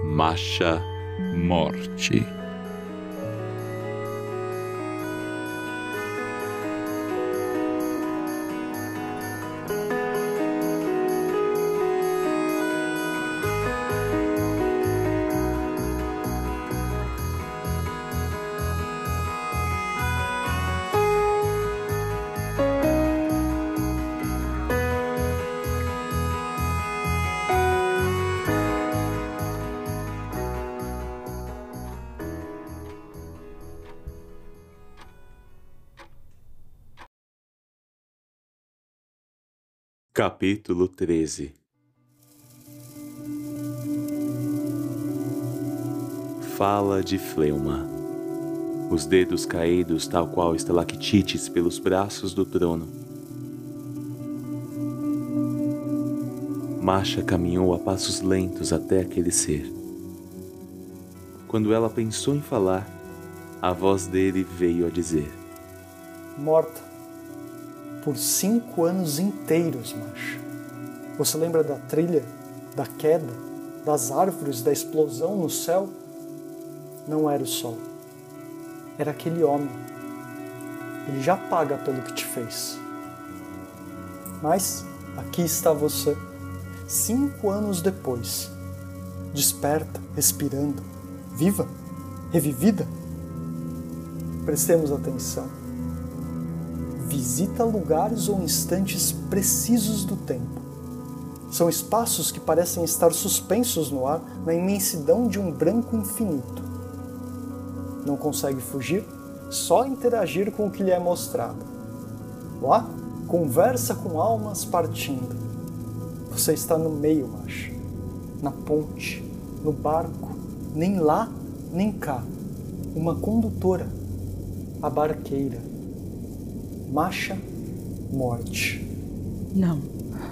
Masha Morte. Capítulo 13. Fala de Fleuma. Os dedos caídos tal qual estalactites pelos braços do trono. Masha caminhou a passos lentos até aquele ser. Quando ela pensou em falar, a voz dele veio a dizer: Morta. Por 5 anos inteiros, Masha. Você lembra da trilha, da queda, das árvores, da explosão no céu? Não era o sol. Era aquele homem. Ele já paga pelo que te fez. Mas aqui está você, 5 anos depois. Desperta, respirando, viva, revivida. Prestemos atenção. Visita lugares ou instantes precisos do tempo. São espaços que parecem estar suspensos no ar na imensidão de um branco infinito. Não consegue fugir, só interagir com o que lhe é mostrado. Lá, conversa com almas partindo. Você está no meio, Masha. Na ponte, no barco, nem lá, nem cá. Uma condutora, a barqueira. Masha Morte. Não.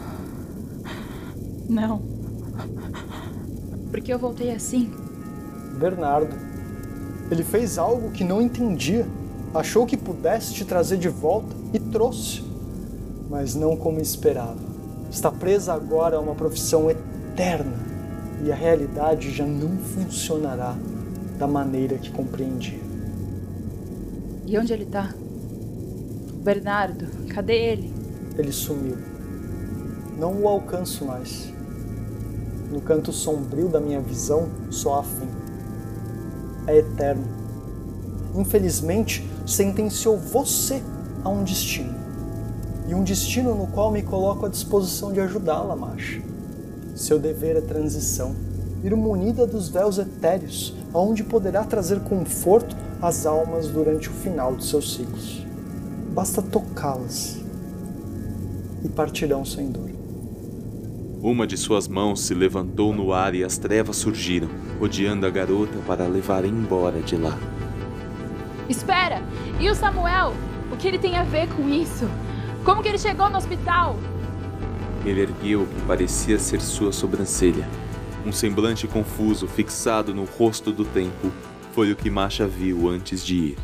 Não. Por que eu voltei assim? Bernardo. Ele fez algo que não entendia. Achou que pudesse te trazer de volta e trouxe. Mas não como esperava. Está presa agora a uma profissão eterna e a realidade já não funcionará da maneira que compreendia. E onde ele está? Bernardo, cadê ele? Ele sumiu. Não o alcanço mais. No canto sombrio da minha visão, só há fim. É eterno. Infelizmente, sentenciou você a um destino. E um destino no qual me coloco à disposição de ajudá-la, Masha. Seu dever é transição. Ir munida dos véus etéreos, aonde poderá trazer conforto às almas durante o final de seus ciclos. Basta tocá-las e partirão sem dor. Uma de suas mãos se levantou no ar e as trevas surgiram, rodeando a garota para levarem embora de lá. Espera! E o Samuel? O que ele tem a ver com isso? Como que ele chegou no hospital? Ele ergueu o que parecia ser sua sobrancelha. Um semblante confuso fixado no rosto do tempo foi o que Masha viu antes de ir.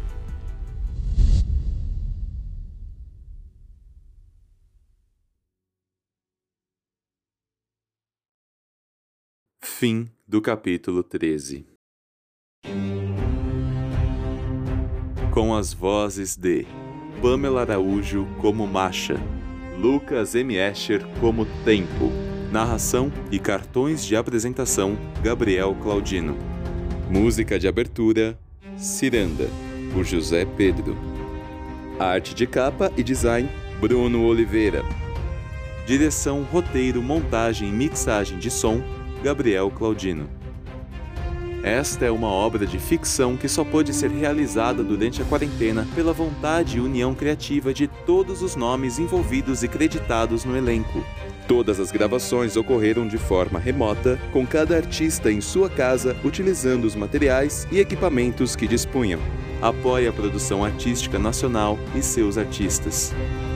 Fim do capítulo 13. Com as vozes de Pamela Araújo como Masha, Lucas M. Escher como Tempo, narração e cartões de apresentação Gabriel Claudino. Música de abertura Ciranda, por José Pedro. Arte de capa e design Bruno Oliveira. Direção, roteiro, montagem e mixagem de som Gabriel Claudino. Esta é uma obra de ficção que só pôde ser realizada durante a quarentena pela vontade e união criativa de todos os nomes envolvidos e creditados no elenco. Todas as gravações ocorreram de forma remota, com cada artista em sua casa utilizando os materiais e equipamentos que dispunham. Apoie a produção artística nacional e seus artistas.